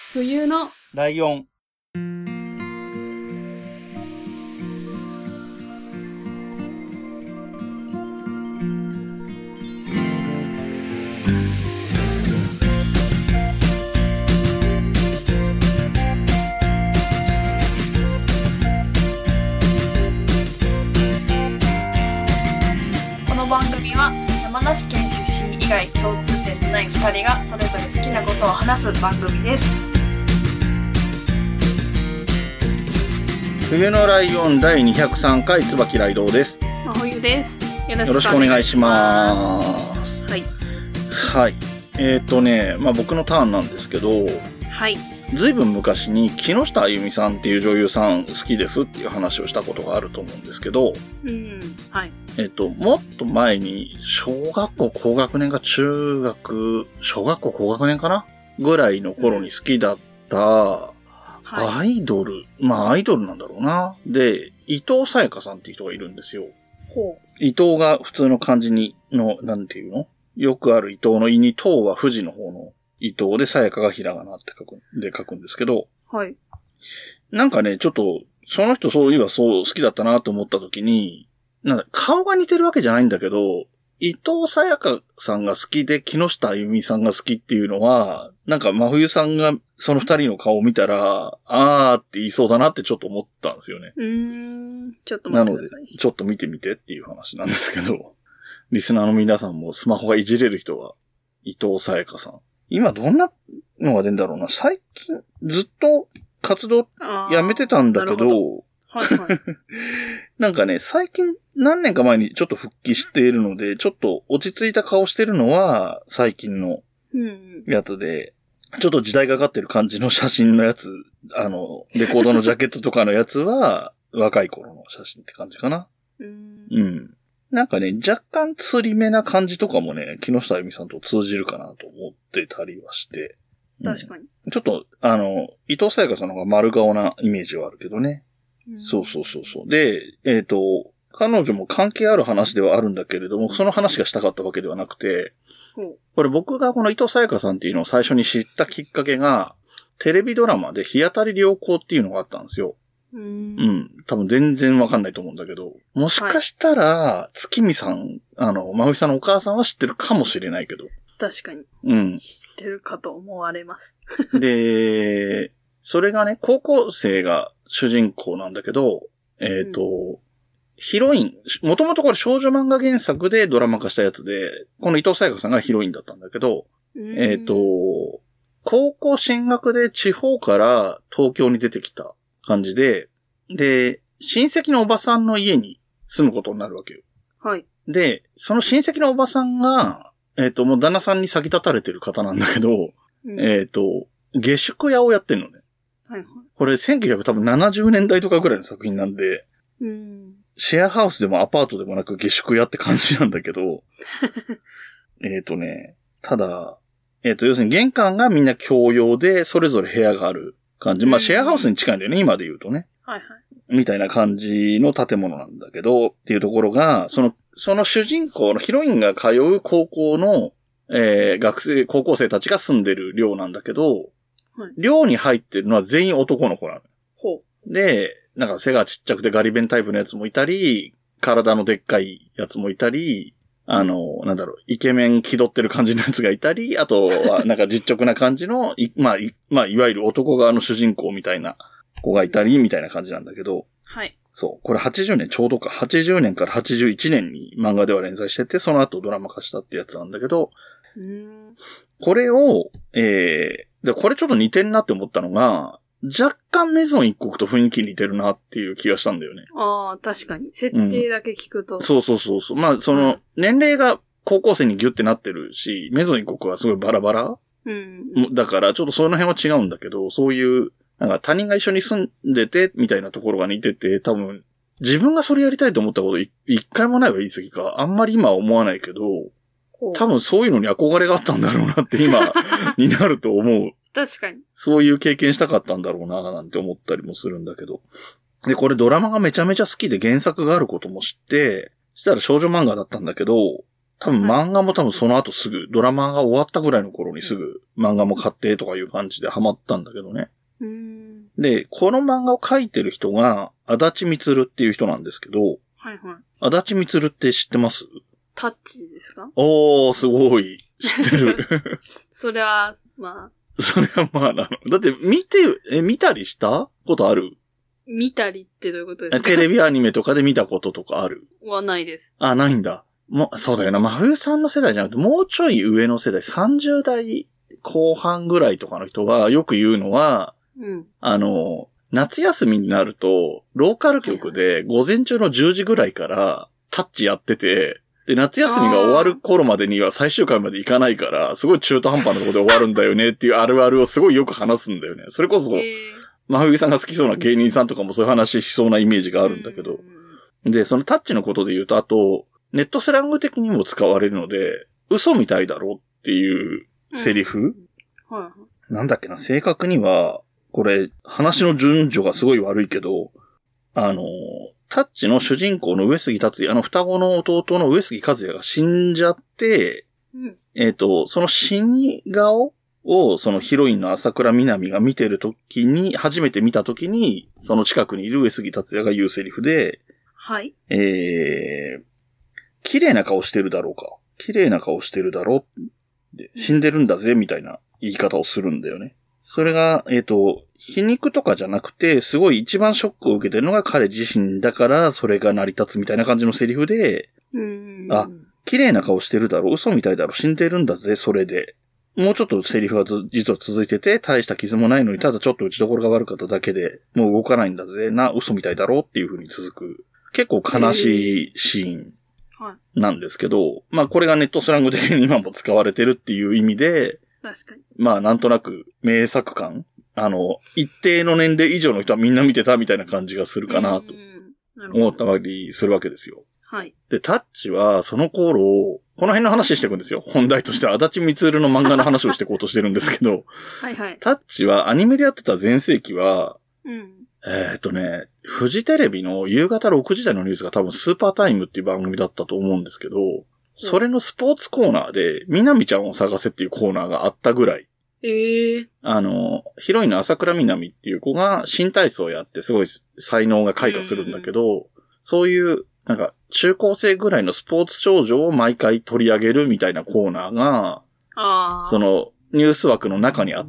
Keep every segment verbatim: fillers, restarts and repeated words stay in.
冬のライオン。 この番組は山梨県出身以外共通点のないふたりがそれぞれ好きなことを話す番組です。 冬のライオンだいにひゃくさんかい椿雷道です。 真冬です。よよろしくお願いします。 はい。 はい。えっとね、まあ僕のターンなんですけど、 はい。 ずいぶん昔に木下あゆみさんっていう女優さん好きですっていう話をしたことがあると思うんですけど、 うん。はい。 えっと、もっと前に小学校高学年か中学、小学校高学年かなぐらいの頃に好きだった、アイドル、はい、まあアイドルなんだろうな。で、伊藤沙耶香さんっていう人がいるんですよ。 ほう。 伊藤が普通の漢字にの、なんていうのよくある伊藤の伊に藤は富士の方の伊藤で沙耶香がひらがなって書くんで書くんですけど。 はい。 なんかね、ちょっと、その人そういえばそう好きだったなと思った時に、なんか顔が似てるわけじゃないんだけど、伊藤沙耶香さんが好きで木下あゆみさんが好きっていうのは、なんか真冬さんがその二人の顔を見たら、あーって言いそうだなってちょっと思ったんですよね。 うーん、ちょっと待ってください。 なので、ちょっと見てみてっていう話なんですけど、リスナーの皆さんもスマホがいじれる人は、伊藤沙耶香さん。今どんなのが出るんだろうな。最近ずっと活動やめてたんだけど、どはいはい、 なんかね、最近何年か前にちょっと復帰しているので、ちょっと落ち着いた顔してるのは最近のやつで、うん、ちょっと時代がかってる感じの写真のやつ、あの、レコードのジャケットとかのやつは若い頃の写真って感じかな。うん、うん。なんかね、若干釣り目な感じとかもね、木下あゆみさんと通じるかなと思ってたりはして。 確かに。 うん、ちょっと、あの、伊藤沙耶香さんの方が丸顔なイメージはあるけどね。そうそうそうそう。で、えっと、彼女も関係ある話ではあるんだけれども、その話がしたかったわけではなくて、うん、これ僕がこの伊藤沙耶香さんっていうのを最初に知ったきっかけが、テレビドラマで日当たり良好っていうのがあったんですよ。うん、うん。多分全然わかんないと思うんだけど、もしかしたら、はい、月見さん、あの、まふいさんのお母さんは知ってるかもしれないけど。 確かに。 うん。 知ってるかと思われます。 で、それがね、高校生が主人公なんだけど、えっと、うん、ヒロイン、もともとこれ少女漫画原作でドラマ化したやつで、この伊藤沙耶香さんがヒロインだったんだけど、えっと、高校進学で地方から東京に出てきた感じで、で、親戚のおばさんの家に住むことになるわけよ。 はい。 で、その親戚のおばさんが、えっと、もう旦那さんに先立たれてる方なんだけど、うん、えっと、下宿屋をやってんのね。 はいはい。 これせんきゅうひゃくななじゅうねんだいとかぐらいの作品なんで、うん、シェアハウスでもアパートでもなく下宿屋って感じなんだけど、えっとね、ただ、えっと、要するに玄関がみんな共用で、それぞれ部屋がある感じ。まあ、シェアハウスに近いんだよね、今で言うとね。 はいはい。 みたいな感じの建物なんだけど、っていうところが、その、その主人公のヒロインが通う高校の、えー、学生、高校生たちが住んでる寮なんだけど、はい、寮に入ってるのは全員男の子なの。 ほう。で、なんか背がちっちゃくてガリ弁タイプのやつもいたり、体のでっかいやつもいたり、あの、なんだろう、イケメン気取ってる感じのやつがいたり、あとはなんか実直な感じの、いまあ、い、まあ、いわゆる男側の主人公みたいな子がいたり、みたいな感じなんだけど、 はい。 そう。これはちじゅうねんちょうどか、はちじゅうねんからはちじゅういちねんに漫画では連載してて、その後ドラマ化したってやつなんだけど、 うーんこれを、えー、で、これちょっと似てんなって思ったのが、若干メゾン一国と雰囲気似てるなっていう気がしたんだよね。 ああ、確かに。設定だけ聞くと。 うん、そうそうそうそう。まあ、その、年齢が高校生にギュッてなってるし、メゾン一国はすごいバラバラ。 うん。 だから、ちょっとその辺は違うんだけど、そういう、なんか他人が一緒に住んでて、みたいなところが似てて、多分、自分がそれやりたいと思ったこと一回もないは言い過ぎか。あんまり今は思わないけど、多分そういうのに憧れがあったんだろうなって今になると思う。 確かに。 そういう経験したかったんだろうななんて思ったりもするんだけど。で、これドラマがめちゃめちゃ好きで原作があることも知って、そしたら少女漫画だったんだけど、 多分漫画も多分その後すぐ、ドラマが終わったぐらいの頃にすぐ漫画も買ってとかいう感じでハマったんだけどね。 うーん。 で、この漫画を描いてる人が、足立光っていう人なんですけど、 はいはい。 足立光って知ってます？ タッチですか？ おー、すごい。知ってる。 それは、まあ。 それはまあなの。だって見て、え、見たりしたことある？ 見たりってどういうことですか？ テレビアニメとかで見たこととかある？ はないです。 あ、ないんだ。もう、そうだよな。真冬さんの世代じゃなくて、もうちょい上の世代、さんじゅう代後半ぐらいとかの人がよく言うのは、 うん。 あの、夏休みになると、ローカル局で午前中のじゅうじぐらいからタッチやってて、で、夏休みが終わる頃までには最終回まで行かないから、すごい中途半端なところで終わるんだよねっていうあるあるをすごいよく話すんだよね。それこそ、真冬さんが好きそうな芸人さんとかもそういう話しそうなイメージがあるんだけど。で、そのタッチのことで言うと、あと、ネットスラング的にも使われるので、嘘みたいだろっていうセリフ、うんはい、なんだっけな、正確には、これ、話の順序がすごい悪いけど、あの、タッチの主人公の上杉達也、あの双子の弟の上杉和也が死んじゃって、うん、えっと、その死に顔を、そのヒロインの朝倉みなみが見てるときに、初めて見たときに、その近くにいる上杉達也が言うセリフで、 はい。 えー、綺麗な顔してるだろうか。綺麗な顔してるだろで死んでるんだぜ、みたいな言い方をするんだよね。それが、えっと、皮肉とかじゃなくて、すごい一番ショックを受けてるのが彼自身だから、それが成り立つみたいな感じのセリフで、うんあ、綺麗な顔してるだろ、嘘みたいだろ、死んでるんだぜ、それで。もうちょっとセリフがず実は続いてて、大した傷もないのに、ただちょっと打ちどころが悪かっただけで、もう動かないんだぜ、な、嘘みたいだろっていう風に続く。結構悲しいシーンなんですけど、まあこれがネットスラング的に今も使われてるっていう意味で、 確かに。 まあなんとなく名作感あの、一定の年齢以上の人はみんな見てたみたいな感じがするかなと思ったりするわけですよ。 はい。 で、タッチはその頃、この辺の話していくんですよ。本題として足立光の漫画の話をしていこうとしてるんですけど、 はいはい。 タッチはアニメでやってた全盛期は、 うん、 えーっとね、フジテレビの夕方ろくじ台のニュースが多分スーパータイムっていう番組だったと思うんですけど、それのスポーツコーナーで、みなみちゃんを探せっていうコーナーがあったぐらい。 ええー。 あの、ヒロインの朝倉みなみっていう子が新体操をやってすごい才能が開花するんだけど、そういう、なんか、中高生ぐらいのスポーツ少女を毎回取り上げるみたいなコーナーが、 あその、ニュース枠の中にあって、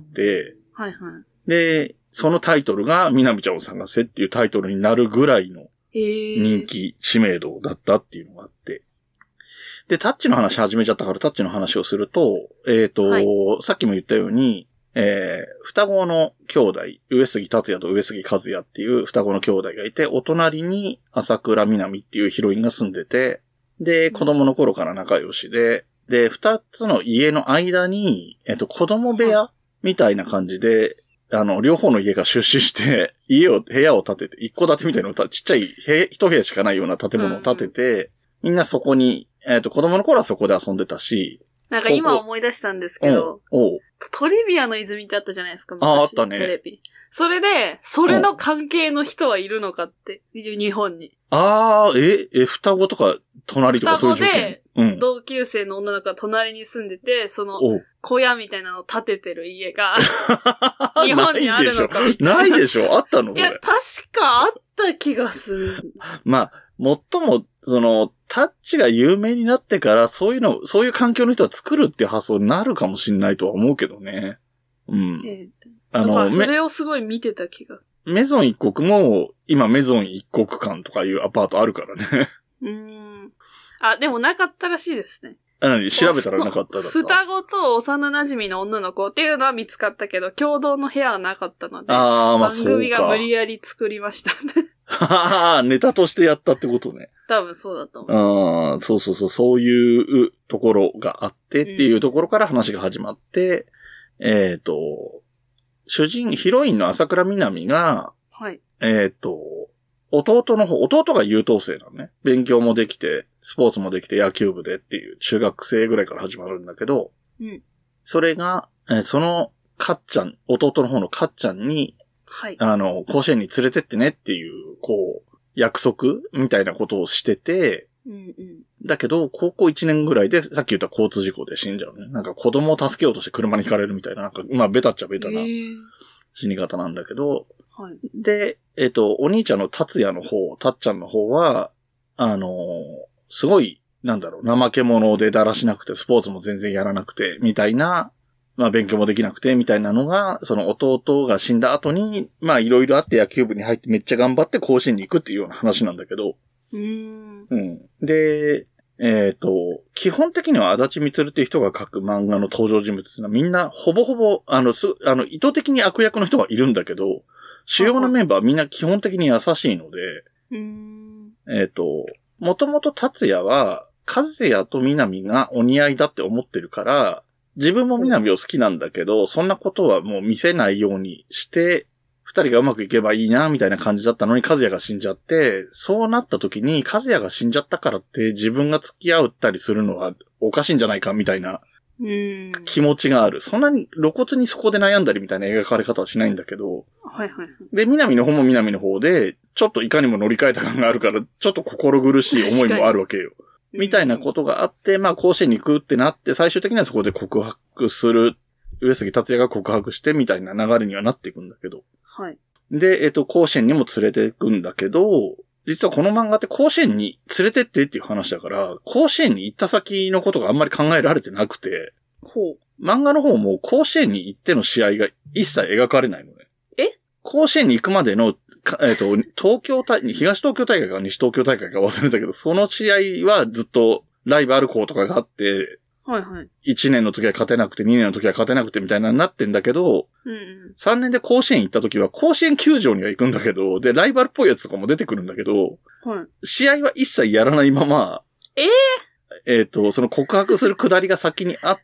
はいはい。 で、そのタイトルがみなみちゃんを探せっていうタイトルになるぐらいの人気、知名度だったっていうのがあって、で、タッチの話始めちゃったからタッチの話をすると、えっと、はい、さっきも言ったように、えー、双子の兄弟、上杉達也と上杉和也っていう双子の兄弟がいて、お隣に朝倉みなみっていうヒロインが住んでて、で、子供の頃から仲良しで、で、二つの家の間に、えっと、子供部屋みたいな感じで、あの、両方の家が出資して、家を、部屋を建てて、一戸建てみたいなのを、ちっちゃい、一部屋しかないような建物を建てて、うん、みんなそこに、えっと、子供の頃はそこで遊んでたし。 なんか今思い出したんですけど、 おうおうトリビアの泉ってあったじゃないですか、昔。 ああ、あったね。 テレビ。それで、それの関係の人はいるのかって、日本に。 ああ、え、え、双子とか、隣とかそういう条件。 双子で、うん、同級生の女の子が隣に住んでて、その、小屋みたいなのを建ててる家が、日本にあるのかみたいな。 ないでしょあったのそれ。 いや、確かあった気がする。 まあ、最も、その、タッチが有名になってから、そういうの、そういう環境の人は作るっていう発想になるかもしれないとは思うけどね。うん。 えー、あの、それをすごい見てた気がする。メゾン一国も、今メゾン一国館とかいうアパートあるからね。 うーん。あ、でもなかったらしいですね。 あ、何調べたらなかっただった。 双子と幼馴染の女の子っていうのは見つかったけど、共同の部屋はなかったので、 あまあ、番組が無理やり作りました。 ははネタとしてやったってことね。 多分そうだと思います。 ああ、そうそうそう、そういうところがあってっていうところから話が始まって、うん、えっと、主人、ヒロインの朝倉みなみが、 はい。 えっと、弟の方、弟が優等生なのね。勉強もできて、スポーツもできて、野球部でっていう、中学生ぐらいから始まるんだけど、 うん。 それが、えー、その、かっちゃん、弟の方のかっちゃんに、 はい。 あの、甲子園に連れてってねっていう、こう、約束みたいなことをしてて、 うんうん。 だけど、高校いちねんぐらいで、さっき言った交通事故で死んじゃうね。なんか子供を助けようとして車にひかれるみたいな、なんか、まあ、ベタっちゃベタな死に方なんだけど、 はい、 で、えっと、お兄ちゃんの達也の方、たっちゃんの方は、あのー、すごい、なんだろう、怠け者でだらしなくて、スポーツも全然やらなくて、みたいな、まあ勉強もできなくて、みたいなのが、その弟が死んだ後に、まあいろいろあって野球部に入ってめっちゃ頑張って甲子園に行くっていうような話なんだけど。 うーん。 うん。で、えっと、基本的には足立みつるっていう人が書く漫画の登場人物っていうのはみんなほぼほぼ、あの、す、あの、意図的に悪役の人がいるんだけど、主要なメンバーはみんな基本的に優しいので、 うーん。 えっと、もともと達也は、和也と南がお似合いだって思ってるから、自分も南を好きなんだけど、そんなことはもう見せないようにして、二人がうまくいけばいいな、みたいな感じだったのに、和也が死んじゃって、そうなった時に、和也が死んじゃったからって自分が付き合ったりするのはおかしいんじゃないか、みたいな気持ちがある。そんなに露骨にそこで悩んだりみたいな描かれ方はしないんだけど、 はいはい。 で、南の方も南の方で、ちょっといかにも乗り換えた感があるから、ちょっと心苦しい思いもあるわけよ。みたいなことがあって、まあ甲子園に行くってなって、最終的にはそこで告白する。上杉達也が告白してみたいな流れにはなっていくんだけど。 はい。 で、えっと、甲子園にも連れて行くんだけど、実はこの漫画って甲子園に連れてってっていう話だから、甲子園に行った先のことがあんまり考えられてなくて、 ほう。 漫画の方も甲子園に行っての試合が一切描かれないのね。 え？ 甲子園に行くまでの、えっと、東京大、東東京大会か西東京大会か忘れたけど、その試合はずっとライバル校とかがあって、 はいはい。 いちねんの時は勝てなくて、にねんの時は勝てなくてみたいなになってんだけど、 うんうん、 さんねんで甲子園行った時は甲子園球場には行くんだけど、で、ライバルっぽいやつとかも出てくるんだけど、 はい、 試合は一切やらないまま、 えー、 えっと、その告白するくだりが先にあって、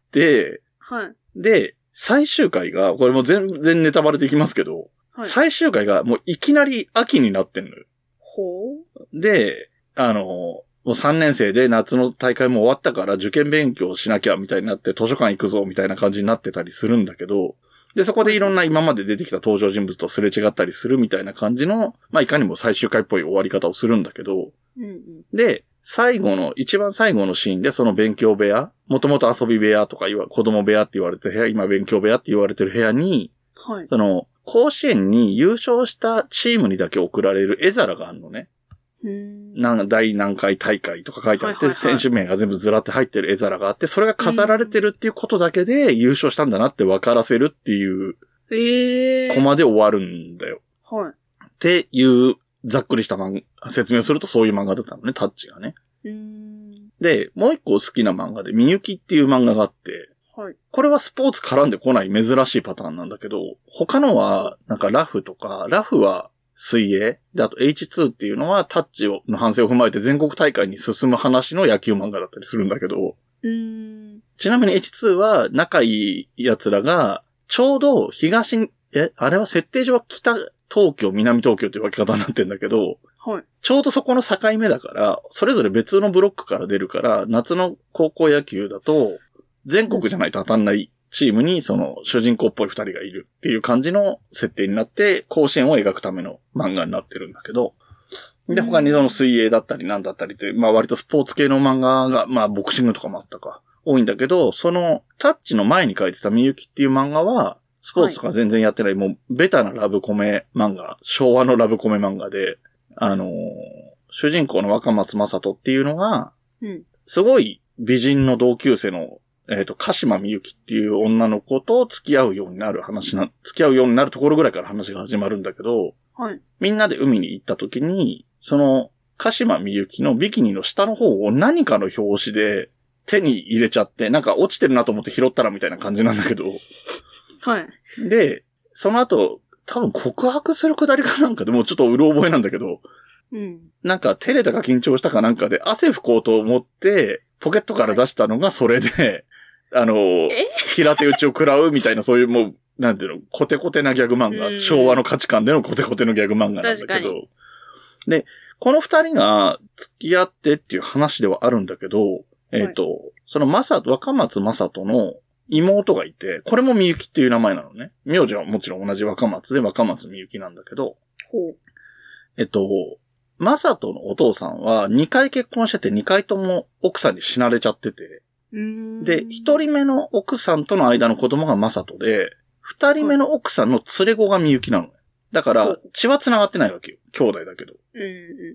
はい。 で、最終回が、これも全然ネタバレできますけど、はい、最終回がもういきなり秋になってんのよ。 ほうで、あの、もうさんねん生で夏の大会も終わったから受験勉強しなきゃみたいになって図書館行くぞみたいな感じになってたりするんだけど、で、そこでいろんな今まで出てきた登場人物とすれ違ったりするみたいな感じの、まあ、いかにも最終回っぽい終わり方をするんだけど、 うんうん、 で、最後の、一番最後のシーンでその勉強部屋、もともと遊び部屋とか言わ、子供部屋って言われてる部屋、今勉強部屋って言われてる部屋に、 はい、 その、甲子園に優勝したチームにだけ送られる絵皿があるのね。なん第何回大会とか書いてあって、はいはいはい、選手名が全部ずらって入ってる絵皿があって、それが飾られてるっていうことだけで優勝したんだなって分からせるっていう、 えー、 コマで終わるんだよ。 はい。 っていう、ざっくりした漫画、説明するとそういう漫画だったのね、タッチがね。 うーんで、もう一個好きな漫画で、みゆきっていう漫画があって、 はい。 これはスポーツ絡んでこない珍しいパターンなんだけど、他のは、なんかラフとか、ラフは水泳で、あと エイチツー っていうのはタッチの反省を踏まえて全国大会に進む話の野球漫画だったりするんだけど、 うーんちなみに エイチツー は仲いい奴らが、ちょうど東に、え、あれは設定上は北東京、南東京っていう分け方になってんだけど、 はい。 ちょうどそこの境目だから、それぞれ別のブロックから出るから、夏の高校野球だと、全国じゃないと当たんないチームに、その、主人公っぽい二人がいるっていう感じの設定になって、甲子園を描くための漫画になってるんだけど、で、他にその水泳だったりなんだったりって、まあ割とスポーツ系の漫画が、まあボクシングとかもあったか、多いんだけど、その、タッチの前に書いてたみゆきっていう漫画は、スポーツとか全然やってない、はい、もう、ベタなラブコメ漫画、昭和のラブコメ漫画で、あのー、主人公の若松正人っていうのが、 うん、 すごい美人の同級生の、えっと、鹿島みゆきっていう女の子と付き合うようになる話な、付き合うようになるところぐらいから話が始まるんだけど、 はい、 みんなで海に行った時に、その、鹿島みゆきのビキニの下の方を何かの表紙で手に入れちゃって、なんか落ちてるなと思って拾ったらみたいな感じなんだけど、 はい。 で、その後、多分告白するくだりかなんかでもうちょっとうろ覚えなんだけど、 うん。 なんか照れたか緊張したかなんかで汗拭こうと思ってポケットから出したのがそれで、あの、平手打ちを食らうみたいなそういうもう、なんていうの、コテコテなギャグ漫画、昭和の価値観でのコテコテのギャグ漫画なんだけど、で、この二人が付き合ってっていう話ではあるんだけど、えっと、はい、そのまさと、若松正人の妹がいて、これもみゆきっていう名前なのね。名字はもちろん同じ若松で若松みゆきなんだけど、 ほう。 えっと、 マサトのお父さんはにかい結婚しててにかいとも奥さんに死なれちゃってて、 うーんで、ひとりめの奥さんとの間の子供がマサトで、ふたりめの奥さんの連れ子がみゆきなの。だから、血は繋がってないわけよ。兄弟だけど。 うんうん、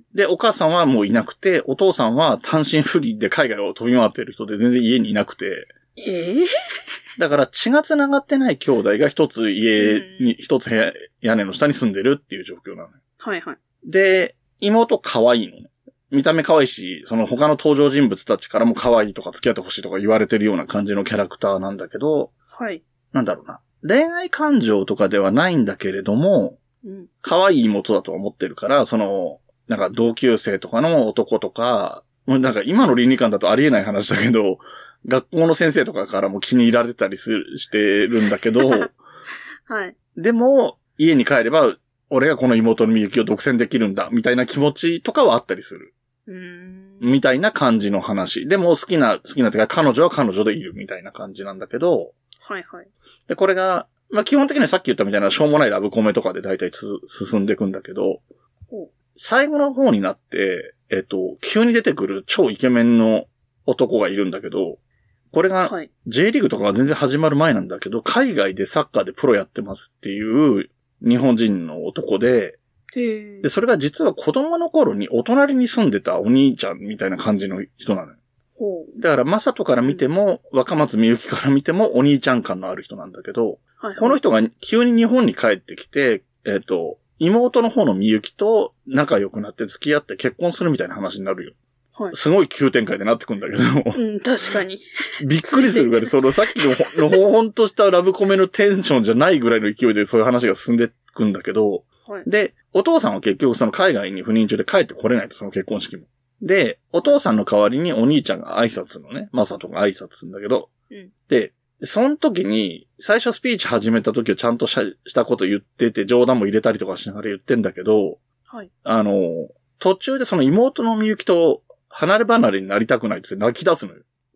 で、お母さんはもういなくて、お父さんは単身赴任で海外を飛び回ってる人で全然家にいなくて。 えー、 だから血が繋がってない兄弟が一つ家に、一つ部屋、屋根の下に住んでるっていう状況なのよ。 はいはい。 で、妹可愛いのね。見た目可愛いし、その他の登場人物たちからも可愛いとか付き合ってほしいとか言われてるような感じのキャラクターなんだけど、 はい。 なんだろうな。恋愛感情とかではないんだけれども、 うん、 可愛い妹だと思ってるから、その、なんか同級生とかの男とか、もうなんか今の倫理観だとありえない話だけど、学校の先生とかからも気に入られてたりする、してるんだけど、 はい。 でも、家に帰れば、俺がこの妹のみゆきを独占できるんだ、みたいな気持ちとかはあったりする。 うーんみたいな感じの話。でも好きな、好きなってか彼女は彼女でいるみたいな感じなんだけど、 はいはい。 で、これが、まあ、基本的にはさっき言ったみたいなしょうもないラブコメとかで大体つ進んでいくんだけど、最後の方になって、えっと、急に出てくる超イケメンの男がいるんだけど、これが J リーグとかが全然始まる前なんだけど、海外でサッカーでプロやってますっていう日本人の男で、 へで、それが実は子供の頃にお隣に住んでたお兄ちゃんみたいな感じの人なのよ。だから、マサトから見ても、若松みゆきから見ても、お兄ちゃん感のある人なんだけど、はいはい、この人が急に日本に帰ってきて、えっと、妹の方のみゆきと仲良くなって付き合って結婚するみたいな話になるよ。はい、すごい急展開でなってくんだけど。 うん、確かに。 びっくりするぐらい、そのさっきのほほんとしたラブコメのテンションじゃないぐらいの勢いでそういう話が進んでくんだけど、はい、で、お父さんは結局その海外に赴任中で帰ってこれないと、その結婚式も。で、お父さんの代わりにお兄ちゃんが挨拶のね、マサトが挨拶するんだけど、うん、で、その時に、最初スピーチ始めた時はちゃんとし た, したこと言ってて、冗談も入れたりとかしながら言ってんだけど、はい、あの、途中でその妹のみゆきと離れ離れになりたくないって泣き出すのよ。 うん、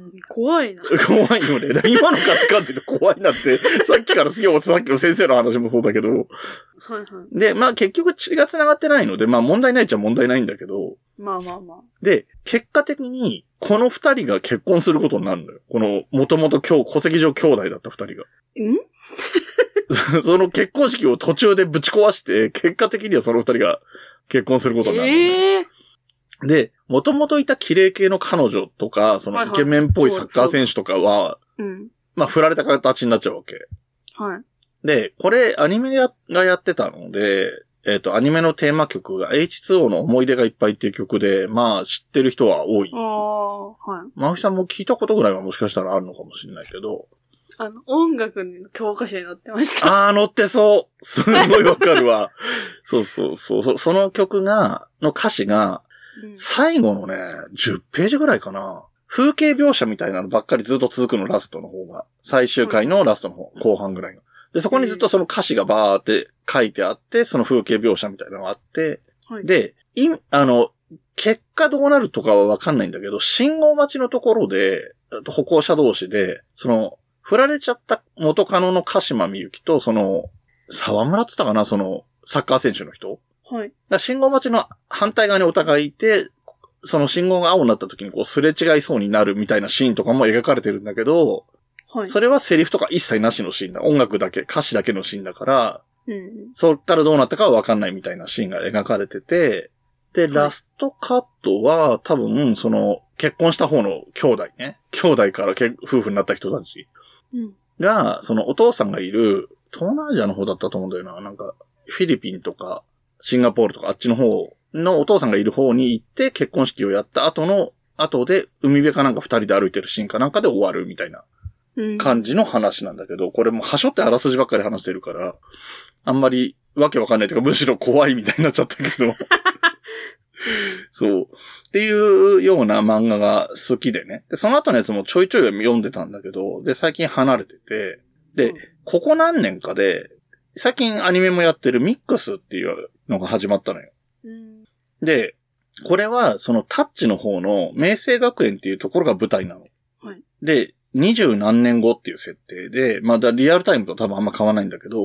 怖いな。 怖いよね。今の価値観で言うと怖いなって、さっきからすげえ、さっきの先生の話もそうだけど。はいはい。で、まあ結局血が繋がってないので、まあ問題ないっちゃ問題ないんだけど。 まあまあまあ。 で、結果的に、この二人が結婚することになるのよ。この、もともと今日、戸籍上兄弟だった二人が。んその結婚式を途中でぶち壊して、結果的にはその二人が結婚することになるのね。えーで、もともといた綺麗系の彼女とか、そのイケメンっぽいサッカー選手とかは、うん、まあ振られた形になっちゃうわけ。はい。で、これアニメやがやってたので、えっと、アニメのテーマ曲が エイチツーオー の思い出がいっぱいっていう曲で、まあ知ってる人は多い。ああ、はい。まふさんも聞いたことぐらいはもしかしたらあるのかもしれないけど。 あの、音楽の教科書に載ってました。 ああ、載ってそう。すごいわかるわ。そうそうそうそ。その曲が、の歌詞が、最後のね、じゅっページぐらいかな。風景描写みたいなのばっかりずっと続くの、ラストの方が。最終回のラストの方、後半ぐらいの。で、そこにずっとその歌詞がバーって書いてあって、その風景描写みたいなのがあって、はい、で、い、あの、結果どうなるとかはわかんないんだけど、信号待ちのところで、歩行者同士で、その、振られちゃった元カノの鹿島みゆきと、その、沢村って言ったかな、その、サッカー選手の人はい。だ信号待ちの反対側にお互いいて、その信号が青になった時にこうすれ違いそうになるみたいなシーンとかも描かれてるんだけど、はい。それはセリフとか一切なしのシーンだ。音楽だけ、歌詞だけのシーンだから、うん。そっからどうなったかはわかんないみたいなシーンが描かれてて、で、はい、ラストカットは多分、その、結婚した方の兄弟ね。兄弟から夫婦になった人たち。うん。が、そのお父さんがいる、東南アジアの方だったと思うんだよな。なんか、フィリピンとか、シンガポールとかあっちの方のお父さんがいる方に行って結婚式をやった後の、後で海辺かなんか二人で歩いてるシーンかなんかで終わるみたいな感じの話なんだけど、これもはしょってあらすじばっかり話してるから、あんまりわけわかんないというかむしろ怖いみたいになっちゃったけど。そう。っていうような漫画が好きでね。で、その後のやつもちょいちょい読んでたんだけど、で、最近離れてて、で、ここ何年かで、最近アニメもやってるミックスっていうのが始まったのよ。うん、で、これはそのタッチの方の明星学園っていうところが舞台なの。はい、で、二十何年後っていう設定で、まあだリアルタイムと多分あんま変わらないんだけど、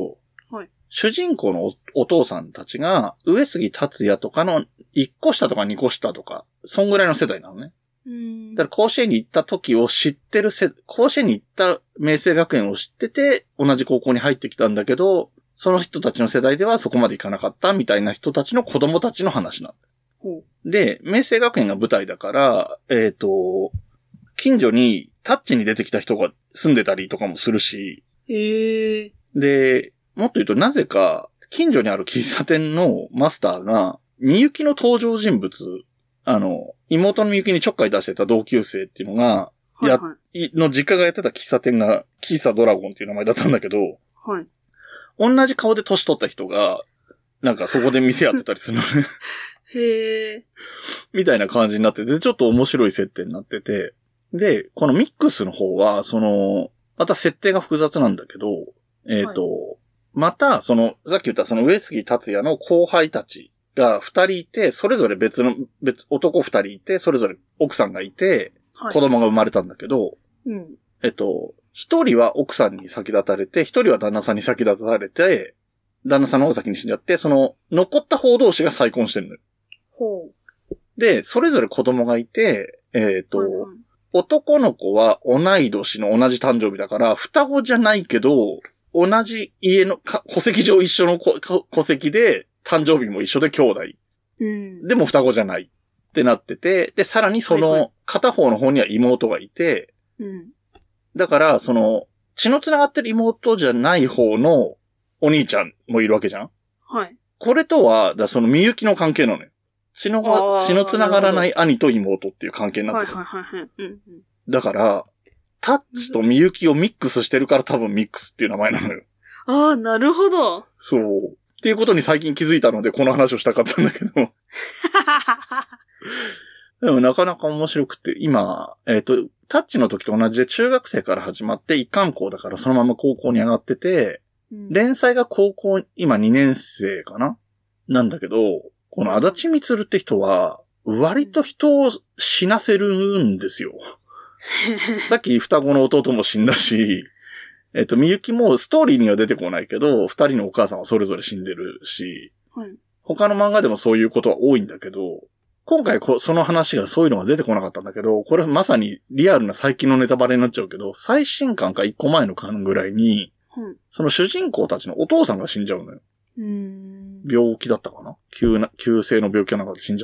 はい。 主人公の お, お父さんたちが、上杉達也とかのいっこ下とかにこ下とか、そんぐらいの世代なのね。 うん。 だから甲子園に行った時を知ってるせ、甲子園に行った明星学園を知ってて、同じ高校に入ってきたんだけど、その人たちの世代ではそこまで行かなかったみたいな人たちの子供たちの話なんだ。 ほう。 で、明星学園が舞台だから、えっと、近所にタッチに出てきた人が住んでたりとかもするし、 へえ。 で、もっと言うとなぜか、近所にある喫茶店のマスターが、みゆきの登場人物、あの、妹のみゆきにちょっかい出してた同級生っていうのが、 はいはい、 や、の実家がやってた喫茶店が、喫茶ドラゴンっていう名前だったんだけど、 はい。 同じ顔で年取った人が、なんかそこで店やってたりするのね。 へえ。 みたいな感じになってて、ちょっと面白い設定になってて、で、このミックスの方は、その、また設定が複雑なんだけど、えっと、はい、また、その、さっき言ったその上杉達也の後輩たちが二人いて、それぞれ別の、別、男二人いて、それぞれ奥さんがいて、子供が生まれたんだけど、 うん、 えっと、一人は奥さんに先立たれて、一人は旦那さんに先立たれて、旦那さんの方が先に死んじゃって、その、残った方同士が再婚してるのよ。 ほう。 で、それぞれ子供がいて、えっと、 はいはい、 男の子は同い年の同じ誕生日だから、双子じゃないけど、同じ家の、戸籍上一緒の戸籍で、誕生日も一緒で兄弟。 うん。 でも双子じゃないってなってて、で、さらにその、片方の方には妹がいて、 うん。 だから、その、血の繋がってる妹じゃない方のお兄ちゃんもいるわけじゃん？ はい。 これとは、だそのみゆきの関係なのよ。血の、血の繋がらない兄と妹っていう関係になってる。 はいはいはいはい。うんうん、 だから、タッチとみゆきをミックスしてるから多分ミックスっていう名前なのよ。 ああ、なるほど。 そう。っていうことに最近気づいたので、この話をしたかったんだけど。でもなかなか面白くて、今、えっと、タッチの時と同じで中学生から始まって一貫校だからそのまま高校に上がってて、うん、連載が高校、今にねん生かななんだけど、この足立みつるって人は、割と人を死なせるんですよ。さっき双子の弟も死んだし、えっと、みゆきもストーリーには出てこないけど、二人のお母さんはそれぞれ死んでるし、 はい、 他の漫画でもそういうことは多いんだけど、今回こその話がそういうのが出てこなかったんだけど、これまさにリアルな最近のネタバレになっちゃうけど、最新刊か一個前の巻ぐらいに、 はい、 その主人公たちのお父さんが死んじゃうのよ。 うーん病気だったかな急な、急性の病気かなんかで死んじゃって、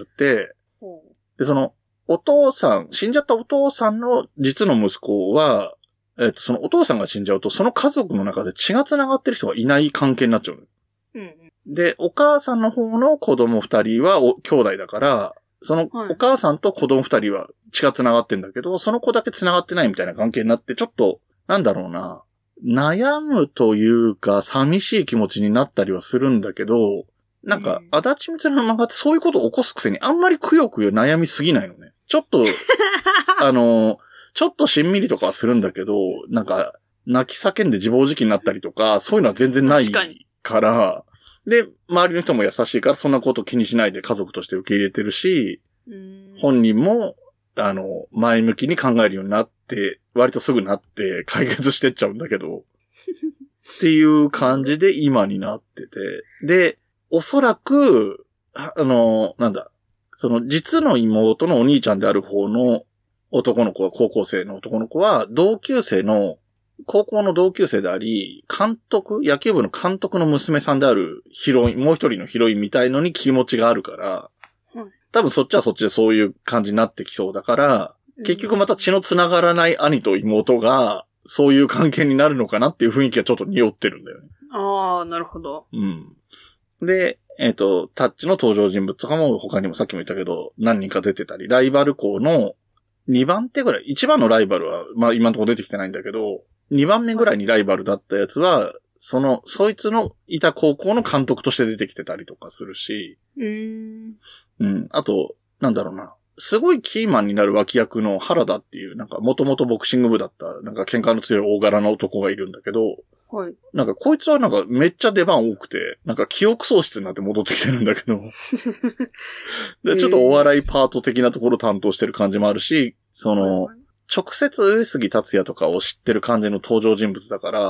で、その、お父さん、死んじゃったお父さんの実の息子は、えっと、そのお父さんが死んじゃうと、その家族の中で血が繋がってる人がいない関係になっちゃうのよ。 うんうん、 で、お母さんの方の子供二人はお兄弟だから、そのお母さんと子供二人は血が繋がってんだけど、その子だけ繋がってないみたいな関係になって、ちょっと、なんだろうな、悩むというか、寂しい気持ちになったりはするんだけど、なんか、足立みつるの漫画ってそういうことを起こすくせにあんまりくよくよ悩みすぎないのね。ちょっと、あの、ちょっとしんみりとかはするんだけど、なんか、泣き叫んで自暴自棄になったりとか、そういうのは全然ないから、で、周りの人も優しいからそんなこと気にしないで家族として受け入れてるし、本人も、あの、前向きに考えるようになって、割とすぐなって解決してっちゃうんだけど、っていう感じで今になってて、で、おそらく、あの、なんだ、その実の妹のお兄ちゃんである方の男の子は、高校生の男の子は、同級生の、高校の同級生であり、監督、野球部の監督の娘さんであるヒロイン、もう一人のヒロインみたいのに気持ちがあるから、多分そっちはそっちでそういう感じになってきそうだから、結局また血の繋がらない兄と妹が、そういう関係になるのかなっていう雰囲気がちょっと匂ってるんだよね。 ああ、なるほど。 うん。で、えっと、タッチの登場人物とかも他にもさっきも言ったけど、何人か出てたり、ライバル校のにばん手ぐらい、いちばんのライバルは、まあ今のところ出てきてないんだけど、にばんめぐらいにライバルだったやつは、その、そいつのいた高校の監督として出てきてたりとかするし、 うーん。 うん。あと、なんだろうな。すごいキーマンになる脇役の原田っていう、なんか元々ボクシング部だった、なんか喧嘩の強い大柄な男がいるんだけど、 はい。 なんかこいつはなんかめっちゃ出番多くて、なんか記憶喪失になって戻ってきてるんだけど、で、ちょっとお笑いパート的なところを担当してる感じもあるし、その、直接上杉達也とかを知ってる感じの登場人物だから、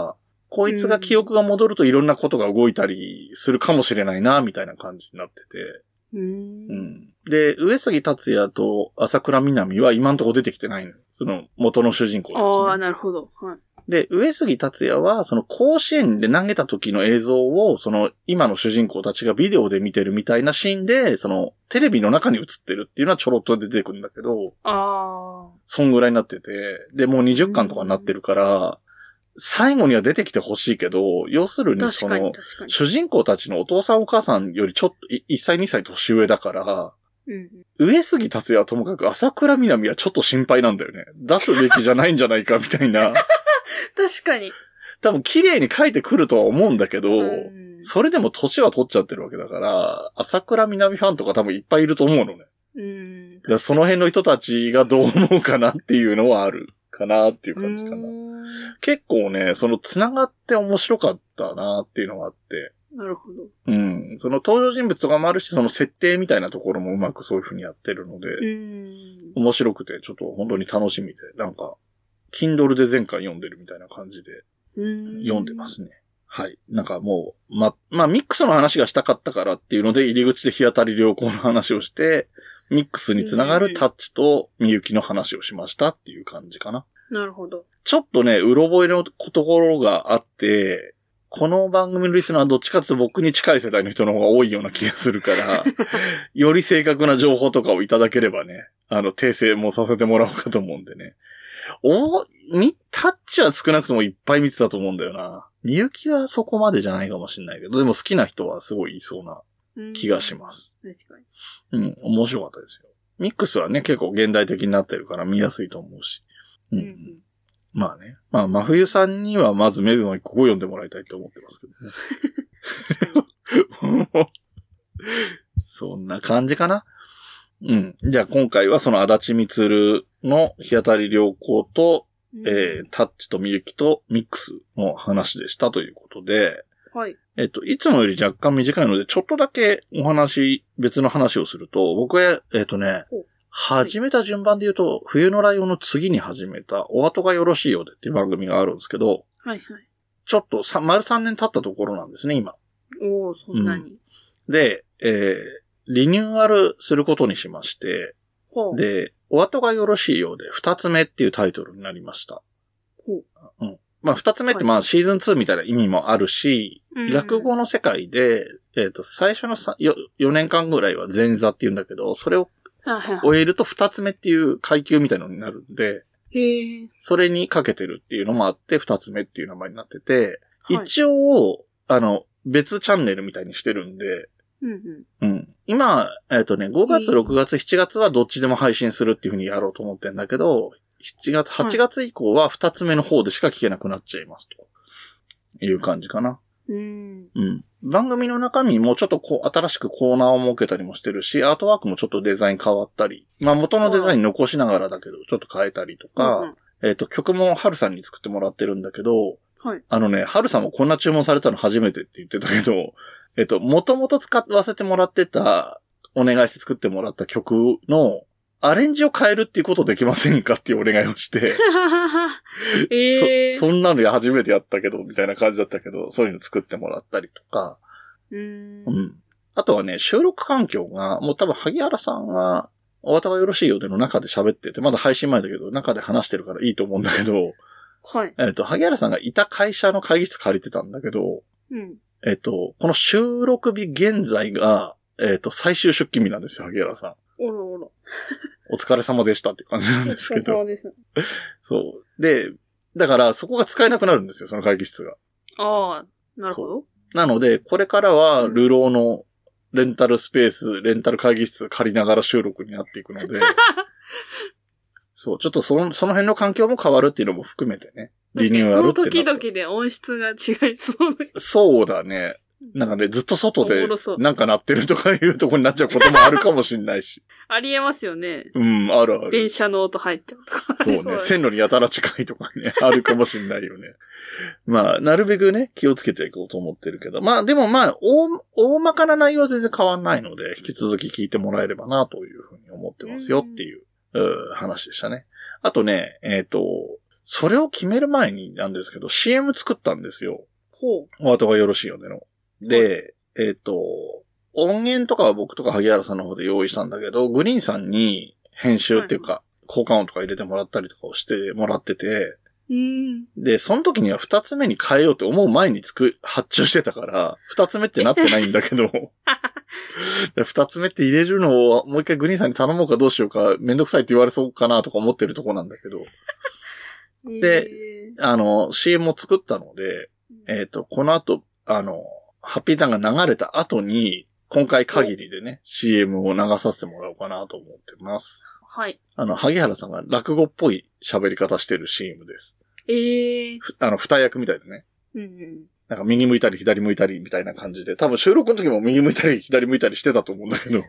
こいつが記憶が戻るといろんなことが動いたりするかもしれないな、みたいな感じになってて。 うん。 うん。で、上杉達也と朝倉みなみは今んとこ出てきてないの。その元の主人公たち、ね。 ああ、なるほど。はい。 で、上杉達也は、その甲子園で投げた時の映像を、その今の主人公たちがビデオで見てるみたいなシーンで、そのテレビの中に映ってるっていうのはちょろっと出てくるんだけど、 ああ。 そんぐらいになってて、で、もうにじゅっかんとかになってるから、最後には出てきてほしいけど、要するにその、主人公たちのお父さんお母さんよりちょっといっさいにさい年上だから、うん、上杉達也はともかく朝倉みなみはちょっと心配なんだよね。出すべきじゃないんじゃないかみたいな。 確かに。 多分綺麗に描いてくるとは思うんだけど、うん、それでも年は取っちゃってるわけだから、朝倉みなみファンとか多分いっぱいいると思うのね。うん、だからその辺の人たちがどう思うかなっていうのはあるかなっていう感じかな。結構ね、その繋がって面白かったなっていうのがあって。 なるほど。 うん。その登場人物とかもあるし、その設定みたいなところもうまくそういう風にやってるので、うん面白くてちょっと本当に楽しみで、なんか、Kindle で前回読んでるみたいな感じで、読んでますね。はい。なんかもう、ま、まあミックスの話がしたかったからっていうので、入り口で日当たり良好の話をして、ミックスにつながるタッチとみゆきの話をしましたっていう感じかな。 なるほど。 ちょっとね、うろ覚えのところがあって、この番組のリスナーはどっちかというと僕に近い世代の人の方が多いような気がするから、より正確な情報とかをいただければね、あの、訂正もさせてもらおうかと思うんでね。お、み、タッチは少なくともいっぱい見てたと思うんだよな。みゆきはそこまでじゃないかもしれないけど、でも好きな人はすごいいそうな気がします。 確かに。 うん、面白かったですよ。ミックスはね、結構現代的になってるから見やすいと思うし。うんうん、まあね。まあ、真冬さんにはまずメズの一個を読んでもらいたいと思ってますけどね。そんな感じかな。うん。じゃあ今回はその足立みつるの日当たり良好と、うん、えー、タッチとみゆきとミックスの話でしたということで、 はい。 えっと、いつもより若干短いので、ちょっとだけお話、別の話をすると、僕は、えっとね、始めた順番で言うと、冬のライオンの次に始めた、お後がよろしいようでっていう番組があるんですけど、 はいはい。 ちょっとさ、丸さんねん経ったところなんですね、今。 おー、そんなに。 うん、で、えー、リニューアルすることにしまして、で、お後がよろしいようで、二つ目っていうタイトルになりました。 ほう。 うん。まあ、二つ目ってまあ、シーズンツーみたいな意味もあるし、はい、落語の世界で、えっと、最初のさよよねんかんぐらいは前座って言うんだけど、それを終えると二つ目っていう階級みたいなのになるんで、 へー。 それにかけてるっていうのもあって、二つ目っていう名前になってて、はい、一応、あの、別チャンネルみたいにしてるんで、 うんうんうん、今、えっとね、ごがつ、ろくがつ、しちがつはどっちでも配信するっていう風にやろうと思ってんだけど、しちがつ、はちがつ以降は二つ目の方でしか聞けなくなっちゃいますという感じかな。 うん。 うん。番組の中身もちょっとこう新しくコーナーを設けたりもしてるし、アートワークもちょっとデザイン変わったり、まあ元のデザイン残しながらだけど、ちょっと変えたりとか、うんうん、えっと、曲もハルさんに作ってもらってるんだけど、 はい。 あのね、ハルさんもこんな注文されたの初めてって言ってたけど、えっと、もともと使わせてもらってた、お願いして作ってもらった曲のアレンジを変えるっていうことできませんかっていうお願いをして、 えー、 そ、そんなの初めてやったけど、みたいな感じだったけど、そういうの作ってもらったりとか、 うーんうん。あとはね、収録環境が、もう多分萩原さんが、お後がよろしいようでの中で喋ってて、まだ配信前だけど、中で話してるからいいと思うんだけど、 はい。 えっと、萩原さんがいた会社の会議室借りてたんだけど、 うん。 えっと、この収録日現在が、えっと、最終出勤日なんですよ、萩原さん。 おらおら。 お疲れ様でしたって感じなんですけど。 お疲れ様です。 そう。で、だからそこが使えなくなるんですよ、その会議室が。 ああ、なるほど。 なので、これからは、流浪のレンタルスペース、レンタル会議室借りながら収録になっていくので、そう、ちょっとその、その辺の環境も変わるっていうのも含めてね。リニューアルってなった。 その時々で音質が違いそう。 そうだね。なんかね、ずっと外でなんか鳴ってるとかいうとこになっちゃうこともあるかもしれないし。 ありえますよね。 うん、あるある。 電車の音入っちゃうとか。 そうね、線路にやたら近いとかね、あるかもしれないよね。まあ、なるべくね、気をつけていこうと思ってるけど。まあ、でもまあ、大、大まかな内容は全然変わんないので、引き続き聞いてもらえればなというふうに思ってますよっていう、う話でしたね。あとね、えっと、 それを決める前になんですけど、シーエム 作ったんですよ。 ほう。 お後がよろしいよねの。で、えっと、音源とかは僕とか萩原さんの方で用意したんだけど、グリーンさんに編集っていうか、はい、効果音とか入れてもらったりとかをしてもらってて、 うん、 で、その時には二つ目に変えようって思う前につく、発注してたから、二つ目ってなってないんだけど、二つ目って入れるのをもう一回グリーンさんに頼もうかどうしようか、めんどくさいって言われそうかなとか思ってるとこなんだけど。で、あの、シーエム を作ったので、えっと、この後、あの、ハッピーターンが流れた後に、今回限りでね、シーエム を流させてもらおうかなと思ってます。 はい。 あの、萩原さんが落語っぽい喋り方してる シーエム です。 ええー。 あの、二役みたいでね。 うんうん。 なんか右向いたり左向いたりみたいな感じで、多分収録の時も右向いたり左向いたりしてたと思うんだけど。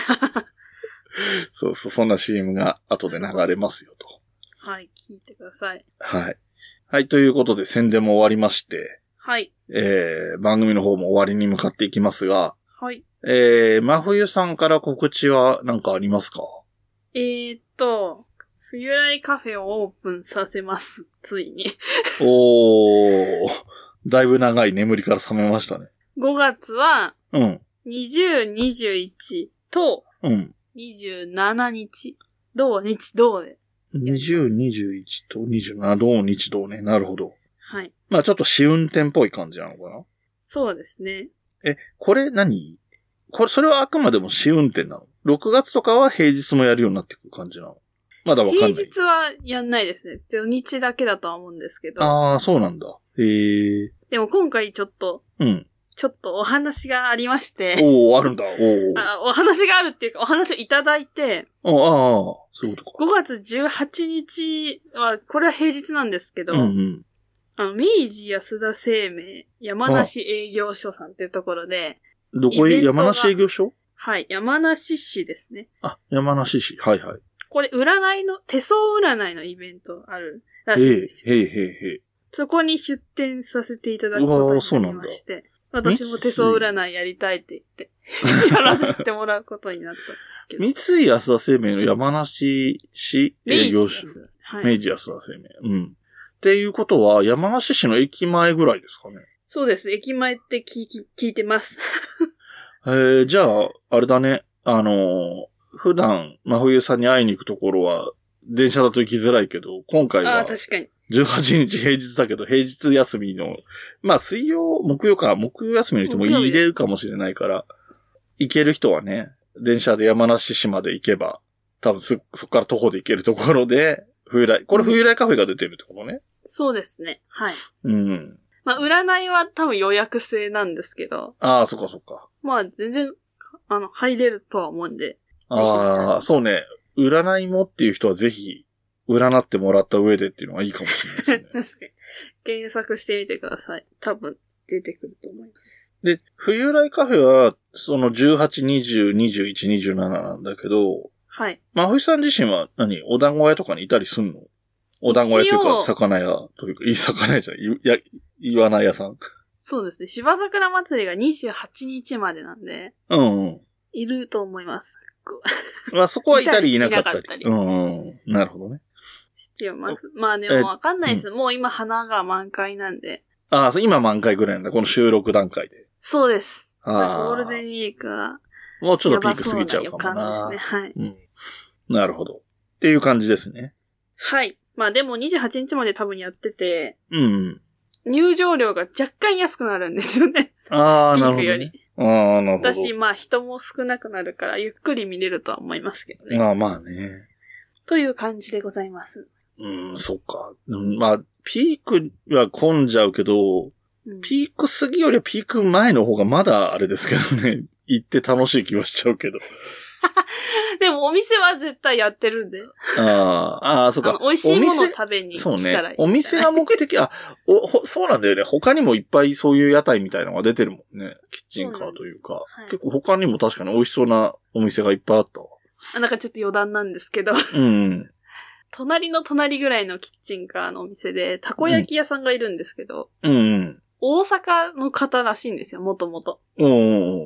そうそう、そんな シーエム が後で流れますよと。 はい、聞いてください。 はい。はい、ということで宣伝も終わりまして。 はい。 えー、番組の方も終わりに向かっていきますが。 はい。 えー、真冬さんから告知は何かありますか？ えーっと、冬来カフェをオープンさせます。ついに。 おー、だいぶ長い眠りから覚めましたね。 ごがつは、 うん。 にじゅう、にじゅういちと、 うん。 にじゅうしちにち。土日土で。 にじゅう、にじゅういちとにじゅうしち、土日土ね。なるほど。 はい。 まあちょっと試運転っぽい感じなのかな？ そうですね。 え、これ何？これ、それはあくまでも試運転なの？ ろく 月とかは平日もやるようになってくる感じなの？まだわかんない。 平日はやんないですね。土日だけだとは思うんですけど。 ああ、そうなんだ。へえ。 でも今回ちょっと、 うん。 ちょっとお話がありまして。 おー、あるんだ。おー。 あ、お話があるっていうか、お話をいただいて。 ああ、そういうことか。 ごがつじゅうはちにちは、これは平日なんですけど、 うんうん。 あの、明治安田生命山梨営業所さんっていうところで、 どこへ、山梨営業所？ はい、山梨市ですね。 あ、山梨市。はいはい。 これ占いの、手相占いのイベントあるらしいんですよ。 へいへいへいへい。 そこに出展させていただくことになりまして、私も手相占いやりたいって言って、やらせてもらうことになったんですけど。 三井安田生命の山梨市営業所。 はい、 明治安田生命。うん。っていうことは、山梨市の駅前ぐらいですかね。 そうです。駅前って聞き、聞いてます。 えー、じゃあ、あれだね。あのー、普段、真冬さんに会いに行くところは、電車だと行きづらいけど、今回は、 ああ、確かに。 じゅうはちにち平日だけど、平日休みの、まあ水曜、木曜か、木曜休みの人も入れるかもしれないから、行ける人はね、電車で山梨市まで行けば、多分す、そこから徒歩で行けるところで、冬来、これ冬来カフェが出てるってことね。 そうですね。はい。 うん。 まあ占いは多分予約制なんですけど。 ああ、そっかそっか。 まあ全然、あの、入れるとは思うんで。 ああ、そうね。占いもっていう人はぜひ、占ってもらった上でっていうのはいいかもしれないですね。 確かに。検索してみてください。多分出てくると思います。 で、冬来カフェは、そのじゅうはち、にじゅう、にじゅういち、にじゅうしちなんだけど、 はい。 まふいさん自身は何お団子屋とかにいたりすんの？お団子屋というか、魚屋というか、いい魚屋じゃない、いや、イワナ屋さん。 そうですね。芝桜祭りがにじゅうはちにちまでなんで。 うんうん。 いると思います。 まあそこはいたりいなかったり。 いたりうんうん。なるほどね。 知ってます。まあでもわかんないです。うん、もう今花が満開なんで。 ああ、今満開ぐらいなんだ。この収録段階で。 そうです。 ああ。 ゴールデンウィークは。 もうちょっとピーク過ぎちゃうかもな。 そうな予感ですね。はい。 うん。なるほど。っていう感じですね。 はい。まあでもにじゅうはちにちまで多分やってて。 うん。 入場料が若干安くなるんですよね。 ああ、なるほど、ね。 ピークより。 ああ、なるほど。 私、まあ人も少なくなるからゆっくり見れるとは思いますけどね。 まあまあね。 という感じでございます。 うん、そっか。うん、まあ、ピークは混んじゃうけど、うん、ピーク過ぎよりはピーク前の方がまだあれですけどね。行って楽しい気はしちゃうけど。 でもお店は絶対やってるんで。 ああ、ああ、そうか。 美味しいものを食べに来たらいい。そうね。 お店が目的、あお、そうなんだよね。他にもいっぱいそういう屋台みたいなのが出てるもんね。キッチンカーというか。はい、結構他にも確かに美味しそうなお店がいっぱいあったわ。 あ、なんかちょっと余談なんですけど。 うん。 隣の隣ぐらいのキッチンカーのお店で、たこ焼き屋さんがいるんですけど。 うん。うん、 大阪の方らしいんですよ、もともと。 うん。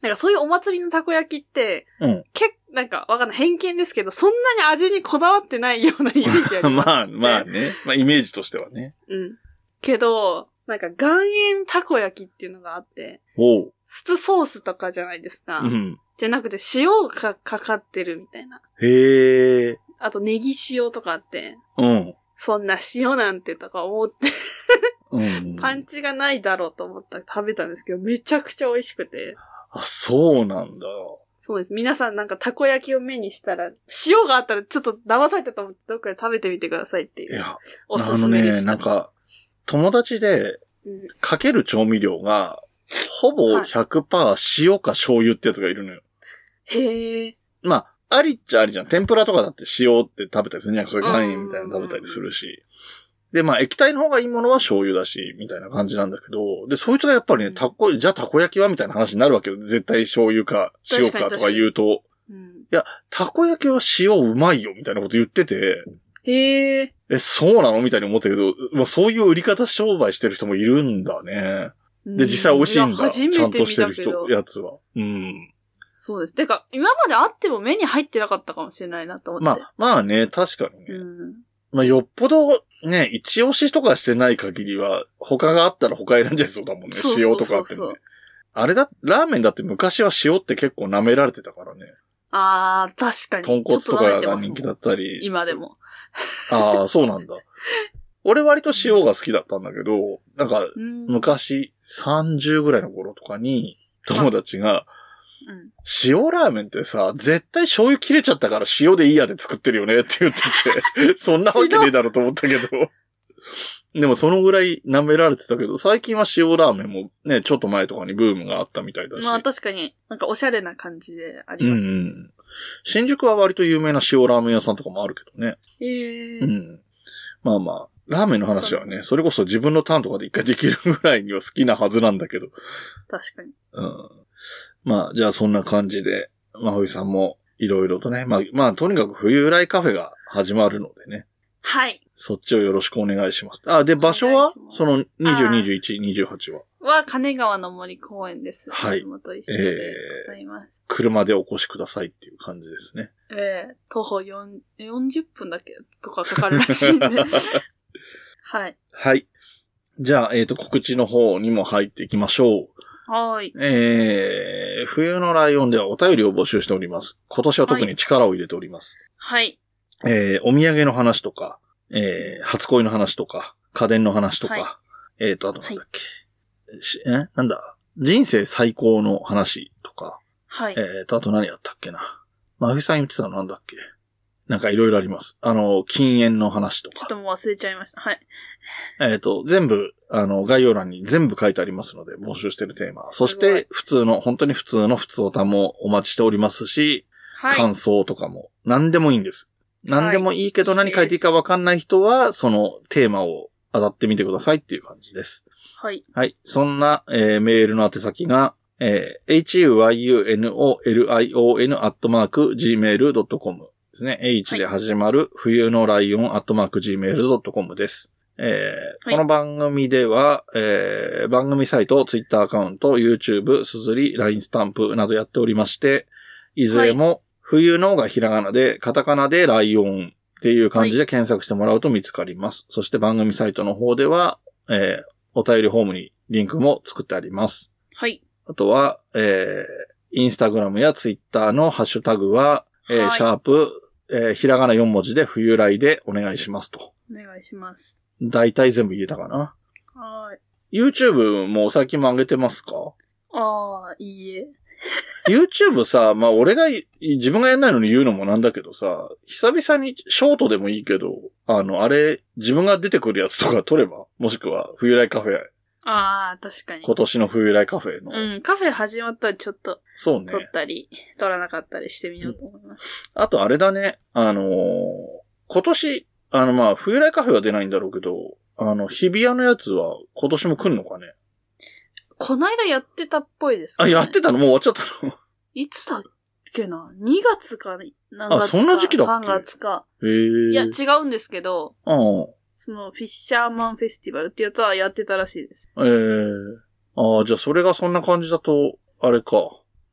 なんかそういうお祭りのたこ焼きって、 うん。 結構、なんかわかんない。偏見ですけど、そんなに味にこだわってないようなイメージあります、ね。 まあ、まあね。まあイメージとしてはね。 うん。けど、なんか岩塩たこ焼きっていうのがあって、 おう。 普通ソースとかじゃないですか。 うん。 じゃなくて塩がかかってるみたいな。 へえ。 あとネギ塩とかあって。 うん。 そんな塩なんてとか思って、 うん、 パンチがないだろうと思ったら食べたんですけど、めちゃくちゃ美味しくて。 あ、そうなんだ。 そうです。皆さんなんかたこ焼きを目にしたら、塩があったらちょっと騙されたと思ってどっかで食べてみてくださいっていう。 いや、 おすすめでした。 あのね、なんか、友達で、かける調味料が、ほぼ ひゃくパーセント 塩か醤油ってやつがいるのよ。 へえ。 まあ、ありっちゃありじゃん。天ぷらとかだって塩って食べたりするんじゃん。それ岩塩みたいなの食べたりするし。で、まあ、液体の方がいいものは醤油だし、みたいな感じなんだけど、で、そいつがやっぱりね、たこ、じゃあたこ焼きはみたいな話になるわけよ。絶対醤油か塩かとか言うと。うん、いや、たこ焼きは塩うまいよ、みたいなこと言ってて。 へえ。 え、そうなのみたいに思ったけど、もうそういう売り方商売してる人もいるんだね。で、実際美味しいんだ。ちゃんとしてる人、やつは。うん。 そうです。てか、今まであっても目に入ってなかったかもしれないなと思って。 まあ、まあね、確かにね。うん、まあ、よっぽどね、一押しとかしてない限りは、他があったら他選んじゃいそうだもんね。そうそうそうそう、塩とかあってもね。あれだ、ラーメンだって昔は塩って結構舐められてたからね。 あー、確かに。 豚骨とかが人気だったり。 今でも。 ああ、そうなんだ。俺割と塩が好きだったんだけど、なんか、昔、さんじゅうぐらいの頃とかに、友達が、うん、塩ラーメンってさ、絶対醤油切れちゃったから塩でいいやで作ってるよねって言ってて、そんなわけねえだろうと思ったけど。でもそのぐらい舐められてたけど、最近は塩ラーメンもね、ちょっと前とかにブームがあったみたいだし。 まあ確かに、なんかおしゃれな感じであります。うん、うん。 新宿は割と有名な塩ラーメン屋さんとかもあるけどね。 へえ。 うん。まあまあ、ラーメンの話はね、それこそ自分のターンとかで一回できるぐらいには好きなはずなんだけど。 確かに。 うん。まあ、じゃあそんな感じで、まほいさんもいろいろとね、まあ、まあ、とにかく冬来カフェが始まるのでね。 はい。 そっちをよろしくお願いします。あ、で、場所はそのにじゅう、にじゅういち、にじゅうはちはは、金川の森公園です。 はい。 いつもと一緒でございます、えー。 車でお越しくださいっていう感じですね。 ええー、徒歩よんよんじゅっぷんだけとかかかるらしいんで。はい。 はい。じゃあ、えっと、告知の方にも入っていきましょう。 はい。 えー、冬のライオンではお便りを募集しております。今年は特に力を入れております。 はい。 えー、お土産の話とか、えー、初恋の話とか、家電の話とか、はい、えっと、あとなんだっけ、はい、えなんだ人生最高の話とか、 はい。 えっと、あと何やったっけな。まふさん言ってたのなんだっけ。なんかいろいろあります。あの、禁煙の話とか。 ちょっともう忘れちゃいました。はい。 えっと、全部、あの、概要欄に全部書いてありますので、募集してるテーマ。そして、普通の、本当に普通の普通歌もお待ちしておりますし、はい、感想とかも、何でもいいんです。何でもいいけど何書いていいか分かんない人は、そのテーマを当たってみてくださいっていう感じです。 はい。 はい。そんな、えー、メールの宛先が、えー、エイチユーワイユーエヌオーエルアイオーエヌ アットマーク ジーメールドットコム ですね。H で始まる、はい、冬のライオンアットマーク ジーメールドットコム です。えーはい、この番組では、えー、番組サイト、ツイッターアカウント、YouTube、すずり、ライン スタンプなどやっておりまして、いずれも、はい、冬のがひらがなで、カタカナでライオンっていう感じで検索してもらうと見つかります。はい、そして番組サイトの方では、えー、お便りフォームにリンクも作ってあります。 はい。 あとは、えー、インスタグラムやツイッターのハッシュタグは、えーはい、シャープ、えー、ひらがなよん文字で冬来でお願いしますと。 お願いします。 大体全部言えたかな。 はい。 YouTube も最近も上げてますか？ ああ、いいえ。 YouTube さ、まあ俺が、自分がやんないのに言うのもなんだけどさ、久々にショートでもいいけど、あの、あれ、自分が出てくるやつとか撮れば、もしくは冬来カフェ。 ああ、確かに。 今年の冬来カフェの。 うん、カフェ始まったらちょっと、 そうね。 撮ったり、撮らなかったりしてみようと思います。 うん、あとあれだね、あのー、今年、あのまあ、冬来カフェは出ないんだろうけど、あの、日比谷のやつは今年も来んのかね？ こないだやってたっぽいですかね。あ、やってたの？もう終わっちゃったの？ いつだっけな ?にがつか何月か。 あ、そんな時期だっけ？ さんがつか。 へー。 いや、違うんですけど、 ああ。 その、フィッシャーマンフェスティバルってやつはやってたらしいです。 ええー。ああ、じゃあそれがそんな感じだと、あれか。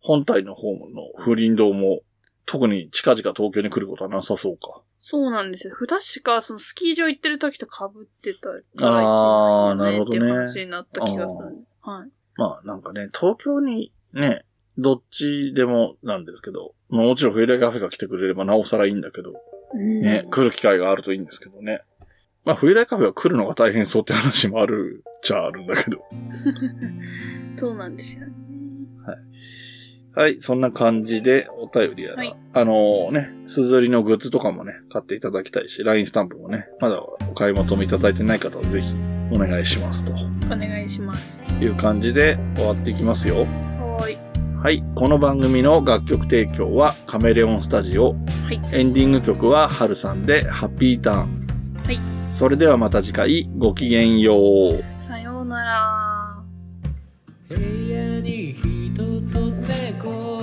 本体の方の不倫堂も特に近々東京に来ることはなさそうか。 そうなんですよ。確かそのスキー場行ってる時と被ってた、ね。 ああ、なるほどね。 っていう話になった気がする。はい。 まあなんかね、東京にね、どっちでもなんですけど、まあ、もちろんフェライカフェが来てくれればなおさらいいんだけど、ね、来る機会があるといいんですけどね。まあ、フェライカフェは来るのが大変そうって話もあるっちゃあるんだけど。 そうなんですよね。 はい。はい、そんな感じでお便りやら、はい、あのー、ね、すずりのグッズとかもね、買っていただきたいし、ライン スタンプもね、まだお買い求めいただいてない方はぜひお願いしますと。 お願いします。 いう感じで終わっていきますよ。 はい。 はい。この番組の楽曲提供はカメレオンスタジオ。はい。エンディング曲はハルさんでハッピーターン。はい。それではまた次回ごきげんよう。 さようなら。部屋に人と猫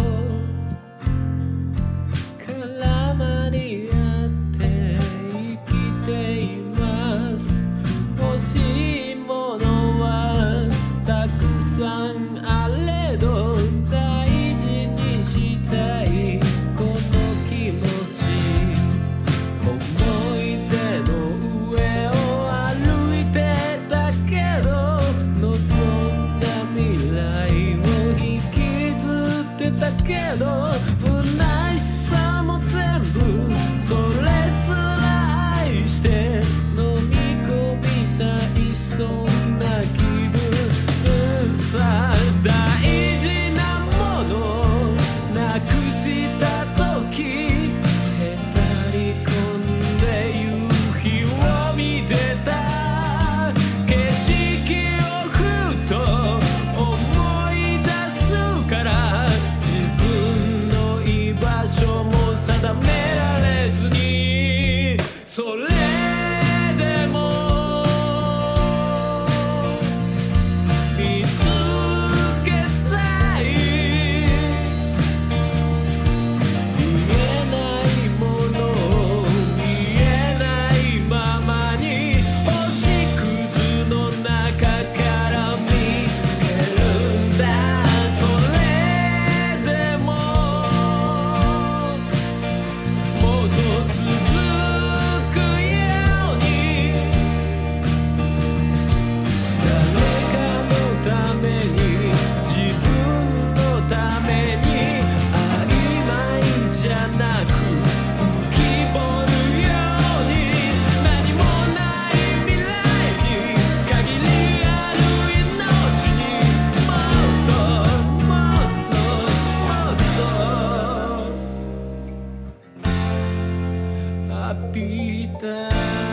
絡まり合って生きています。欲しいものはたくさんあれど大事にしたいこの気持ち思い出の上を歩いてたけど望んだ未来を引きずってたけど虚しさも全部それすら愛して飲み込みたいそんな気分さ大事なものなくした時へたり込んで夕日を見てた景色をふと思い出すから自分の居場所も定められずにそれでも見つけたい見えないものを見えないままに星屑の中から見つけるんだそれでももっと続くように誰かのために自分のために曖昧じゃなく浮き彫るように何もない未来に限りある命にもっともっともっとハッピーターン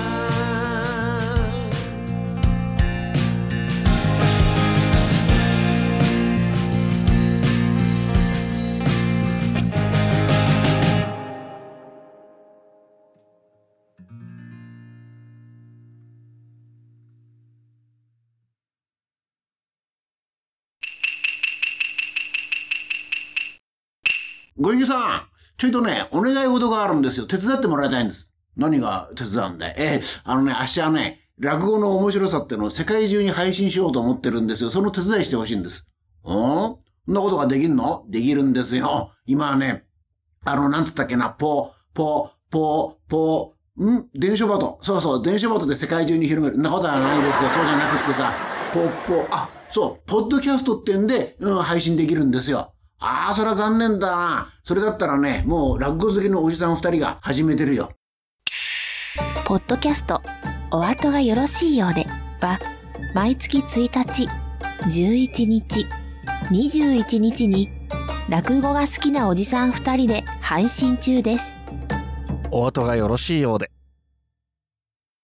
ごゆきさん、ちょいとね、お願い事があるんですよ。手伝ってもらいたいんです。何が手伝うんだい？えー、あのね、明日はね、落語の面白さってのを世界中に配信しようと思ってるんですよ。その手伝いしてほしいんです。ん？そんなことができんの？できるんですよ。今はね、あの、なんつったっけな、ポ、ポ、ポ、ポ、ん？電書バト。そうそう、電書バトで世界中に広める。んなことはないですよ。そうじゃなくってさ、ポ、ポ、あ、そう、ポッドキャストってんで、うん、配信できるんですよ。ああ、それは残念だな。それだったらね、もう落語好きのおじさん二人が始めてるよ。 ポッドキャスト、お後がよろしいようでは、毎月ついたち、じゅういちにち、にじゅういちにちに、落語が好きなおじさん二人で配信中です。 お後がよろしいようで。